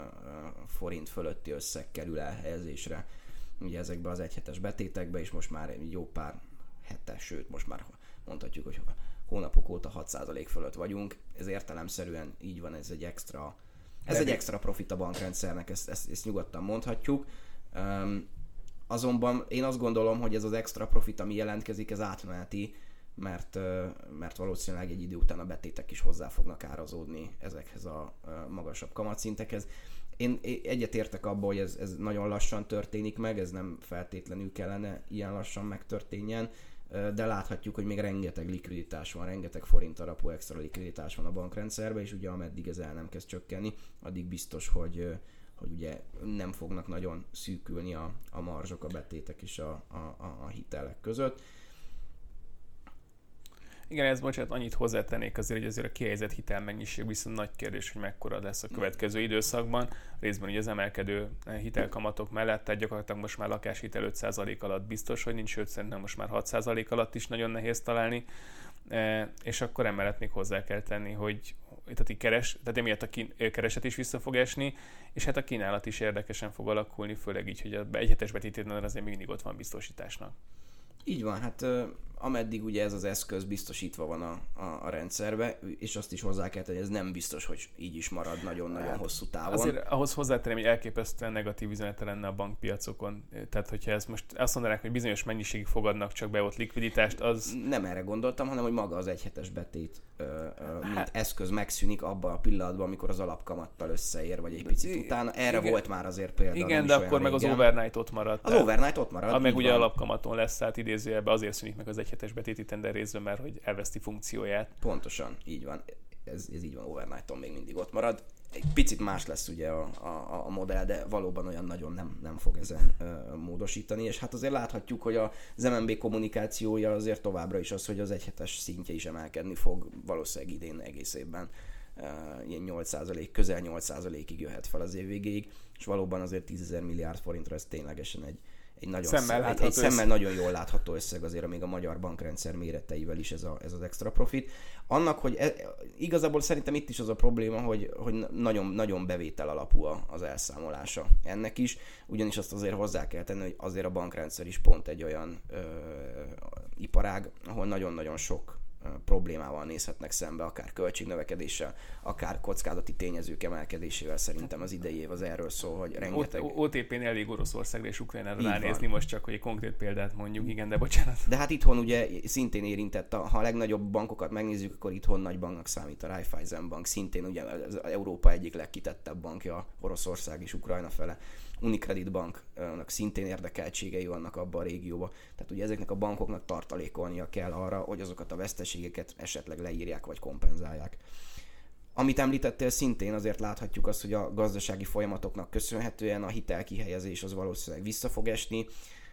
forint fölötti összeg kerül elhelyezésre ugye ezekbe az egyhetes betétekbe, és most már jó pár hete, sőt most már mondhatjuk, hogy hónapok óta hat százalék fölött vagyunk, ez értelemszerűen így van, ez egy extra, ez egy extra profit a bankrendszernek, ezt, ezt, ezt nyugodtan mondhatjuk. Um, azonban én azt gondolom, hogy ez az extra profit, ami jelentkezik, ez átmeneti, mert, mert valószínűleg egy idő után a betétek is hozzá fognak árazódni ezekhez a magasabb kamatszintekhez. Én egyetértek abban, hogy ez, ez nagyon lassan történik meg, ez nem feltétlenül kellene ilyen lassan megtörténjen, de láthatjuk, hogy még rengeteg likviditás van, rengeteg forint alapú extra likviditás van a bankrendszerben, és ugye ameddig ez el nem kezd csökkenni, addig biztos, hogy, hogy ugye nem fognak nagyon szűkülni a, a marzsok, a betétek és a, a, a hitelek között. Igen, ez bocsánat, annyit hozzátennék azért, hogy azért a kihelyezett hitelmennyiség viszont nagy kérdés, hogy mekkora lesz a következő időszakban. Részben ugye az emelkedő hitelkamatok mellett, tehát gyakorlatilag most már lakáshitel öt százalék alatt biztos, hogy nincs, sőt szerintem most már hat százalék alatt is nagyon nehéz találni. E, és akkor emellett még hozzá kell tenni, hogy tehát, keres, tehát emiatt a kín, kereset is vissza fog esni, és hát a kínálat is érdekesen fog alakulni, főleg így, hogy egy hetes betétnél azért mindig ott van biztosításnak. Így van, hát ameddig ugye ez az eszköz biztosítva van a, a, a rendszerbe, és azt is hozzá kell tenni, hogy ez nem biztos, hogy így is marad nagyon-nagyon hát, hosszú távon. Azért ahhoz hozzátenem, hogy elképesztően negatív üzenete lenne a bankpiacokon. Tehát, hogyha ez most azt mondanák, hogy bizonyos mennyiségig fogadnak csak be ott likviditást, az... Nem erre gondoltam, hanem hogy maga az egyhetes betét, mint hát, eszköz megszűnik abban a pillanatban, amikor az alapkamattal összeér, vagy egy picit utána. Erre igen, volt már azért példa. Igen, de akkor meg az overnight ott maradt. Az overnight ott marad. Meg ugye van. Alapkamaton lesz, tehát idézőjelben azért szűnik meg az egyhetes betéti tender részben, mert hogy elveszti funkcióját. Pontosan, így van. Ez, ez így van, overnighton még mindig ott marad. Egy picit más lesz ugye a, a, a modell, de valóban olyan nagyon nem, nem fog ezen uh, módosítani, és hát azért láthatjuk, hogy az em en bé kommunikációja azért továbbra is az, hogy az egyhetes szintje is emelkedni fog, valószínűleg idén egész évben uh, ilyen nyolc százalék, közel nyolc százalékig jöhet fel az év végéig, és valóban azért tízezer milliárd forintra ez ténylegesen egy Egy, nagyon szemmel, szem, egy, egy szemmel nagyon jól látható összeg azért, még a magyar bankrendszer méreteivel is ez, a, ez az extra profit. Annak, hogy e, igazából szerintem itt is az a probléma, hogy, hogy nagyon, nagyon bevétel alapú az elszámolása ennek is, ugyanis azt azért hozzá kell tenni, hogy azért a bankrendszer is pont egy olyan ö, iparág, ahol nagyon-nagyon sok problémával nézhetnek szembe, akár költségnövekedéssel, akár kockázati tényezők emelkedésével. Szerintem az idei év az erről szól, hogy rengeteg... o té pén elég Oroszországra és Ukrajnára ránézni most csak, hogy egy konkrét példát mondjuk, igen, de bocsánat. De hát itthon ugye szintén érintett, ha a legnagyobb bankokat megnézzük, akkor itthon nagy banknak számít a Raiffeisen Bank, szintén ugye az Európa egyik legkitettebb bankja, Oroszország és Ukrajna fele. Unicredit Banknak szintén érdekeltségei vannak abban a régióban. Tehát ugye ezeknek a bankoknak tartalékolnia kell arra, hogy azokat a veszteségeket esetleg leírják vagy kompenzálják. Amit említettél, szintén azért láthatjuk azt, hogy a gazdasági folyamatoknak köszönhetően a hitelkihelyezés az valószínűleg vissza fog esni,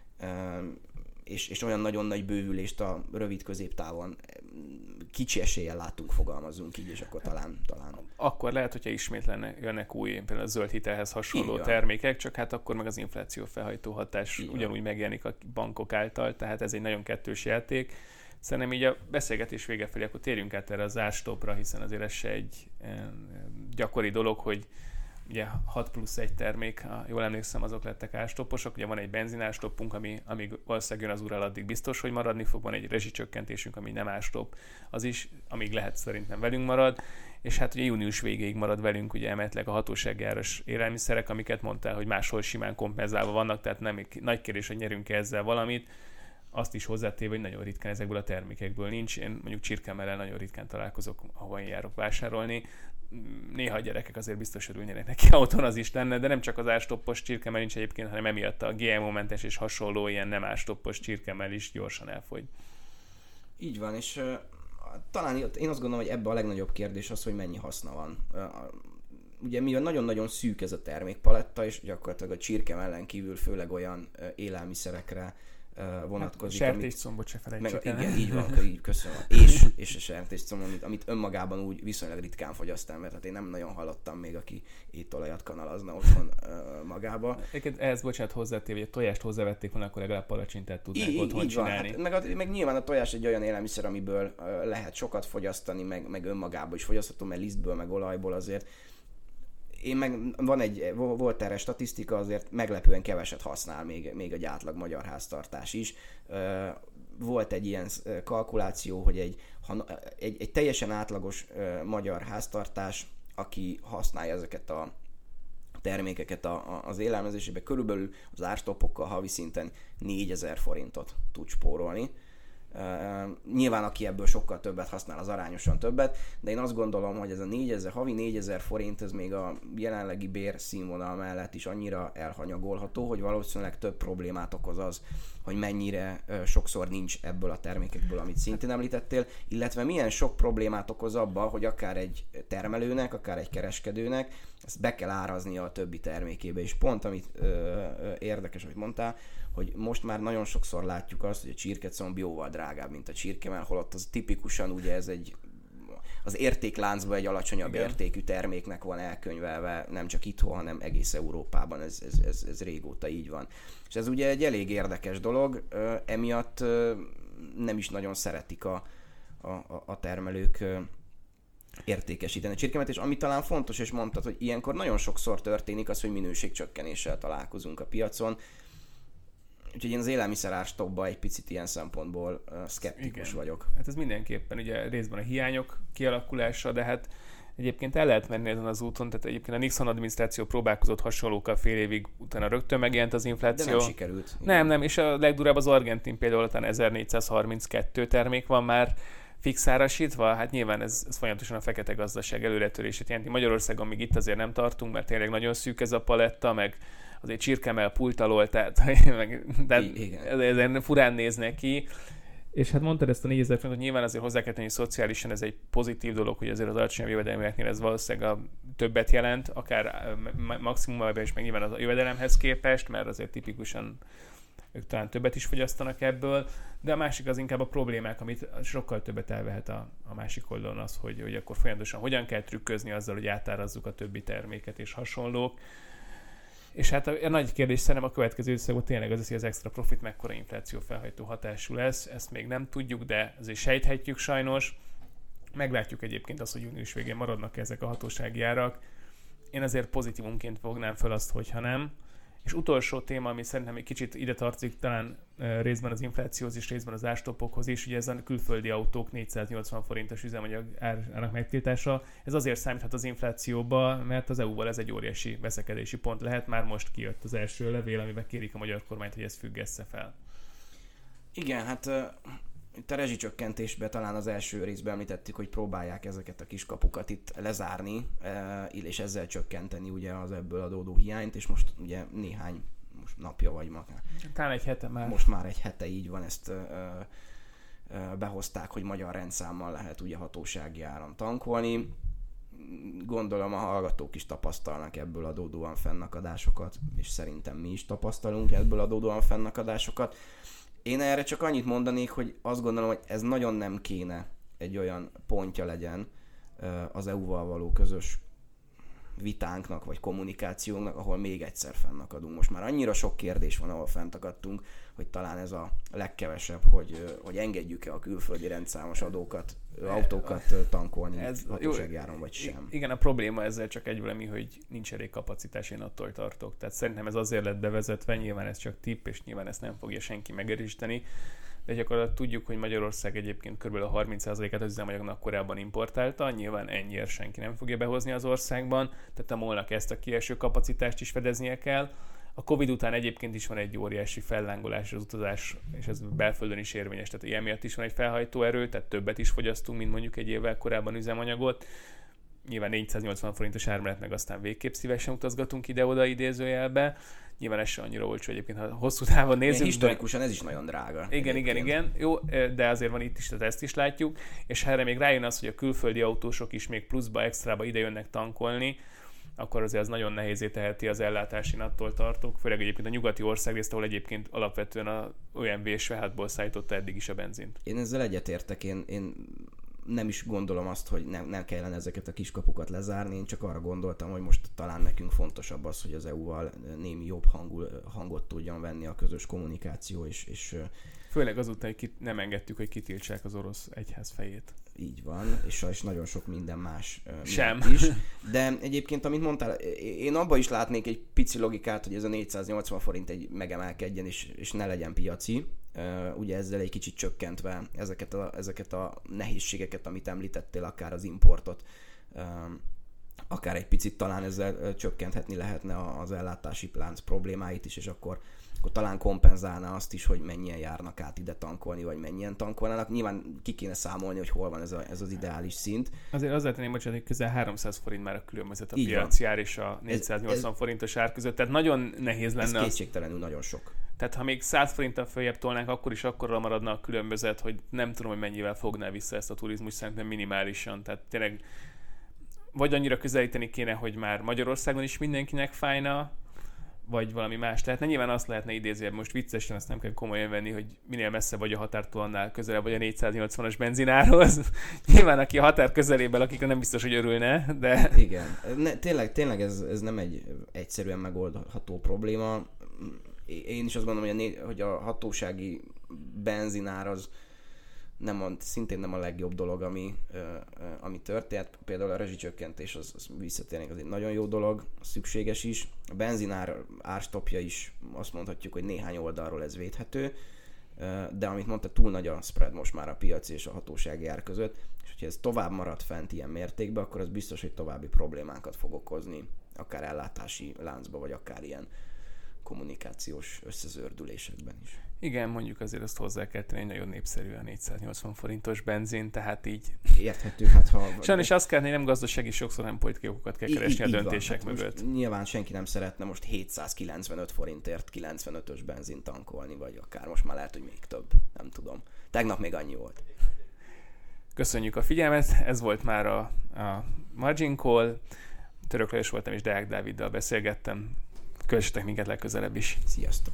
és, és olyan nagyon nagy bővülést a rövid középtávon kicsi eséllyel látunk, fogalmazunk így, és akkor talán... talán. Akkor lehet, hogyha ismét lenne, jönnek új, például a zöld hitelhez hasonló termékek, csak hát akkor meg az infláció felhajtó hatás így ugyanúgy van. Megjelenik a bankok által, tehát ez egy nagyon kettős játék. Szerintem így a beszélgetés vége felé, akkor térjünk át erre az árstopra, hiszen azért ez se egy gyakori dolog, hogy ugye hat plusz egy termék, jól emlékszem, azok lettek árstopposok. Ugye van egy benzinárstoppunk, ami amíg valószínűleg jön az Ural, addig biztos, hogy maradni fog. Van egy rezsicsökkentésünk, ami nem árstopp, az is, amíg lehet szerintem velünk marad. És hát ugye június végéig marad velünk ugye emetleg a hatósági áras élelmiszerek, amiket mondtál, hogy máshol simán kompenzálva vannak, tehát nem nagy kérdés, hogy nyerünk ezzel valamit. Azt is hozzátéve, hogy nagyon ritkán ezekből a termékekből nincs. Én mondjuk csirkemellel nagyon ritkán találkozok, ahova én járok vásárolni. Néha a gyerekek azért biztos örülnének neki, ha otthon az is lenne, de nem csak az árstoppos csirkemell nincs egyébként, hanem emiatt a gé em o-mentes és hasonló ilyen nem árstoppos csirkemell is gyorsan elfogy. Így van, és uh, talán én azt gondolom, hogy ebben a legnagyobb kérdés az, hogy mennyi haszna van. Uh, ugye mivel nagyon-nagyon szűk ez a termékpaletta, és gyakorlatilag a csirkemellen kívül főleg olyan uh, élelmiszerekre vonatkozik. Hát, sertéscombot se felejtsük el. Igen, így van, így köszönöm. És, és a sertéscomb, amit, amit önmagában úgy viszonylag ritkán fogyaszt ember, tehát én nem nagyon hallottam még, aki étolajat kanalazna otthon uh, magába. Egyébként ehhez, bocsánat, hozzátéve, hogy a tojást hozzávették volna, akkor legalább palacsintát tudnánk I- otthon csinálni. Hát, meg, a, meg nyilván a tojás egy olyan élelmiszer, amiből uh, lehet sokat fogyasztani, meg, meg önmagában is fogyasztható, mert lisztből, meg olajból azért. Én meg, van egy, volt erre statisztika, azért meglepően keveset használ még, még egy átlag magyar háztartás is. Volt egy ilyen kalkuláció, hogy egy, egy, egy teljesen átlagos magyar háztartás, aki használja ezeket a termékeket az élelmezésében, körülbelül az árstoppokkal havi szinten négyezer forintot tud spórolni. Uh, nyilván aki ebből sokkal többet használ, az arányosan többet, de én azt gondolom, hogy ez a négyezer, havi négyezer forint, ez még a jelenlegi bérszínvonal mellett is annyira elhanyagolható, hogy valószínűleg több problémát okoz az, hogy mennyire uh, sokszor nincs ebből a termékekből, amit szintén említettél, illetve milyen sok problémát okoz abba, hogy akár egy termelőnek, akár egy kereskedőnek ezt be kell áraznia a többi termékébe, és pont amit uh, uh, érdekes, amit mondtál, hogy most már nagyon sokszor látjuk azt, hogy a csirkecomb jóval drágább, mint a csirkemell, holott az tipikusan ugye ez egy az értékláncban egy alacsonyabb Igen. értékű terméknek van elkönyvelve, nem csak itthon, hanem egész Európában, ez, ez, ez, ez régóta így van. És ez ugye egy elég érdekes dolog, emiatt nem is nagyon szeretik a, a, a termelők értékesíteni a csirkemet, és ami talán fontos, és mondtad, hogy ilyenkor nagyon sokszor történik az, hogy minőségcsökkenéssel találkozunk a piacon. Úgyhogy én az élelmiszerárstopban egy picit ilyen szempontból uh, szkeptikus Igen. vagyok. Hát ez mindenképpen ugye részben a hiányok kialakulása, de hát egyébként el lehet menni ezen az úton, tehát egyébként a Nixon adminisztráció próbálkozott hasonlókkal fél évig, utána rögtön megjelent az infláció. De nem sikerült. Nem, Igen. nem, és a legdurább az argentin például után ezernégyszázharminckettő termék van már fixárasítva, hát nyilván ez, ez folyamatosan a fekete gazdaság előretörését jelenti. Magyarországon még itt azért nem tartunk, mert tényleg nagyon szűk ez a paletta, meg azért csirkemell pult alól, tehát, meg, tehát ezen furán néznek ki. És hát mondtad ezt a négyezer forintot, nyilván azért hozzá kell tenni, hogy szociálisan ez egy pozitív dolog, hogy azért az alacsonyabb jövedelmeknél ez valószínűleg a többet jelent, akár maximumban is, meg nyilván a jövedelemhez képest, mert azért tipikusan ők talán többet is fogyasztanak ebből, de a másik az inkább a problémák, amit sokkal többet elvehet a, a másik oldalon az, hogy, hogy akkor folyamatosan hogyan kell trükközni azzal, hogy átárazzuk a többi terméket és hasonlók. És hát a, a nagy kérdés szerintem a következő időszakban tényleg az, hogy az extra profit mekkora infláció felhajtó hatású lesz, ezt még nem tudjuk, de azért sejthetjük sajnos. Meglátjuk egyébként azt, hogy június végén maradnak ezek a hatósági árak. Én azért pozitívunként fognám fel azt, hogyha nem. És utolsó téma, ami szerintem egy kicsit ide tartozik, talán uh, részben az inflációhoz és részben az árstopokhoz is, ugye ez a külföldi autók négyszáznyolcvan forintos üzemanyag árak megtiltása. Ez azért számíthat az inflációba, mert az é u-val ez egy óriási veszekedési pont lehet. Már most kijött az első levél, amiben kérik a magyar kormányt, hogy ezt függesse fel. Igen, hát uh, itt a rezsicsökkentésben talán az első részben említettük, hogy próbálják ezeket a kiskapukat itt lezárni, uh, és ezzel csökkenteni ugye az ebből adódó hiányt, és most ugye néhány most napja vagy ma. Talán egy hete már. Most már egy hete így van, ezt uh, uh, behozták, hogy magyar rendszámmal lehet ugye hatósági áron tankolni. Gondolom a hallgatók is tapasztalnak ebből adódóan fennakadásokat, és szerintem mi is tapasztalunk ebből adódóan fennakadásokat. Én erre csak annyit mondanék, hogy azt gondolom, hogy ez nagyon nem kéne egy olyan pontja legyen az é u-val való közös vitánknak, vagy kommunikációnknak, ahol még egyszer fennakadunk. Most már annyira sok kérdés van, ahol fennakadtunk, hogy talán ez a legkevesebb, hogy, hogy engedjük-e a külföldi rendszámos adókat, autókat tankolni ez hatósági áron, vagy sem. Igen, a probléma ezzel csak egy valami, hogy nincs elég kapacitás, én attól tartok. Tehát szerintem ez azért lett bevezetve, nyilván ez csak tipp, és nyilván ezt nem fogja senki megerősíteni, de gyakorlatilag tudjuk, hogy Magyarország egyébként kb. A harminc százalékát az üzemanyagnak korábban importálta, nyilván ennyiért senki nem fogja behozni az országban, tehát a MOL-nak ezt a kieső kapacitást is fedeznie kell. A Covid után egyébként is van egy óriási fellángolás az utazás, és ez belföldön is érvényes, tehát ilyen miatt is van egy felhajtó erő, tehát többet is fogyasztunk, mint mondjuk egy évvel korábban üzemanyagot. Nyilván négyszáznyolcvan forintos ármelet, meg aztán végképp szívesen utazgatunk ide-oda idézőjelbe. Nyilván ez se annyira olcsó egyébként, ha hosszú távon nézzük. Igen, historikusan ez is nagyon drága. Igen, egyébként. igen, igen. Jó, de azért van itt is, tehát ezt is látjuk. És ha erre még rájön az, hogy a külföldi autósok is még pluszba, extrába ide jönnek tankolni, akkor azért az nagyon nehézé teheti az ellátást, én attól tartok. Főleg egyébként a nyugati országrészt, ahol egyébként alapvetően a o em vé Svájcból szállította eddig is a benzint. Én ezzel egyetértek, én, én nem is gondolom azt, hogy nem, nem kellene ezeket a kiskapukat lezárni, én csak arra gondoltam, hogy most talán nekünk fontosabb az, hogy az é u-val némi jobb hangul, hangot tudjon venni a közös kommunikáció, és, és főleg azután, hogy kit, nem engedtük, hogy kitiltsák az orosz egyház fejét. Így van, és, és nagyon sok minden más sem is. De egyébként, amit mondtál, én abban is látnék egy pici logikát, hogy ez a négyszáznyolcvan forint egy megemelkedjen, és, és ne legyen piaci. Uh, ugye ezzel egy kicsit csökkentve ezeket a, ezeket a nehézségeket, amit említettél, akár az importot, uh, akár egy picit talán ezzel uh, csökkenthetni lehetne az ellátási lánc problémáit is, és akkor akkor talán kompenzálná azt is, hogy mennyien járnak át ide tankolni, vagy mennyien tankolnának. Nyilván ki kéne számolni, hogy hol van ez, a, ez az ideális szint. Azért az lehetném, bocsánat, hogy közel háromszáz forint már a különbözet a Így piaci ár és a négyszáznyolcvan ez, ez, forintos ár között, tehát nagyon nehéz lenne. Ez kétségtelenül az... nagyon sok. Tehát ha még száz forinttal följebb tolnánk, akkor is akkorra maradna a különbözet, hogy nem tudom, hogy mennyivel fogná vissza ezt a turizmus, szerintem minimálisan. Tehát tényleg vagy annyira közelíteni kéne, hogy már Magyarországon is mindenkinek fájna, vagy valami más lehetne. Nyilván azt lehetne idézni, most viccesen azt nem kell komolyan venni, hogy minél messzebb vagy a határtól, annál közelebb vagy a négyszáznyolcvanas benzinárhoz. Nyilván aki a határ közelében lakik, nem biztos, hogy örülne, de... Igen. Ne, tényleg, tényleg ez, ez nem egy egyszerűen megoldható probléma. Én is azt gondolom, hogy a, né- hogy a hatósági benzinár az nem a, szintén nem a legjobb dolog, ami, ö, ö, ami történt. Például a rezsicsökkentés, az, az visszatérnék, az egy nagyon jó dolog, szükséges is. A benzinár árstopja is azt mondhatjuk, hogy néhány oldalról ez védhető, ö, de amit mondta, túl nagy a spread most már a piaci és a hatósági ár között, és hogyha ez tovább marad fent ilyen mértékben, akkor az biztos, hogy további problémákat fog okozni, akár ellátási láncba, vagy akár ilyen kommunikációs összezördülésekben is. Igen, mondjuk azért azt hozzá kell tenni, hogy nagyon népszerű a négyszáznyolcvan forintos benzin, tehát így... Érthető, hát ha... Sajnos azt kell, hogy nem gazdasági, sokszor nem politikai okokat kell keresni I- a döntések van. Hát mögött. Nyilván senki nem szeretne most hétszázkilencvenöt forintért kilencvenötös benzin tankolni, vagy akár most már lehet, hogy még több, nem tudom. Tegnap még annyi volt. Köszönjük a figyelmet, ez volt már a, a Margin Call. Török Lajos voltam, és Deák Dáviddal beszélgettem. Kövessetek minket legközelebb is. Sziasztok!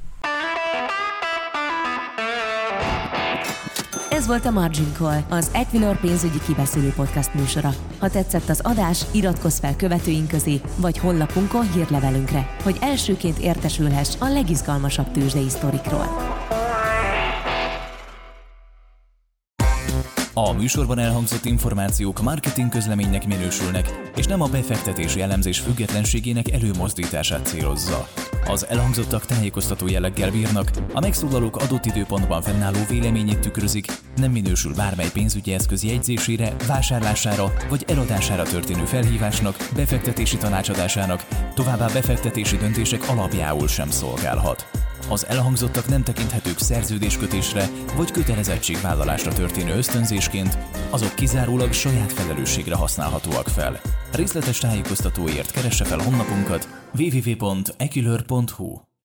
Ez volt a Margin Call, az Equilor pénzügyi kibeszélő podcast műsora. Ha tetszett az adás, iratkozz fel követőink közé, vagy honlapunkon hírlevelünkre, hogy elsőként értesülhess a legizgalmasabb tőzsdei sztorikról. A műsorban elhangzott információk marketing közleménynek minősülnek, és nem a befektetési elemzés függetlenségének előmozdítását célozza. Az elhangzottak tájékoztató jelleggel bírnak, a megszólalók adott időpontban fennálló véleményét tükrözik, nem minősül bármely pénzügyi eszköz jegyzésére, vásárlására vagy eladására történő felhívásnak, befektetési tanácsadásának, továbbá befektetési döntések alapjául sem szolgálhat. Az elhangzottak nem tekinthetők szerződéskötésre vagy kötelezettségvállalásra történő ösztönzésként, azok kizárólag saját felelősségre használhatóak fel. Részletes tájékoztatóért keresse fel honlapunkat double-u double-u double-u pont equilor pont hu.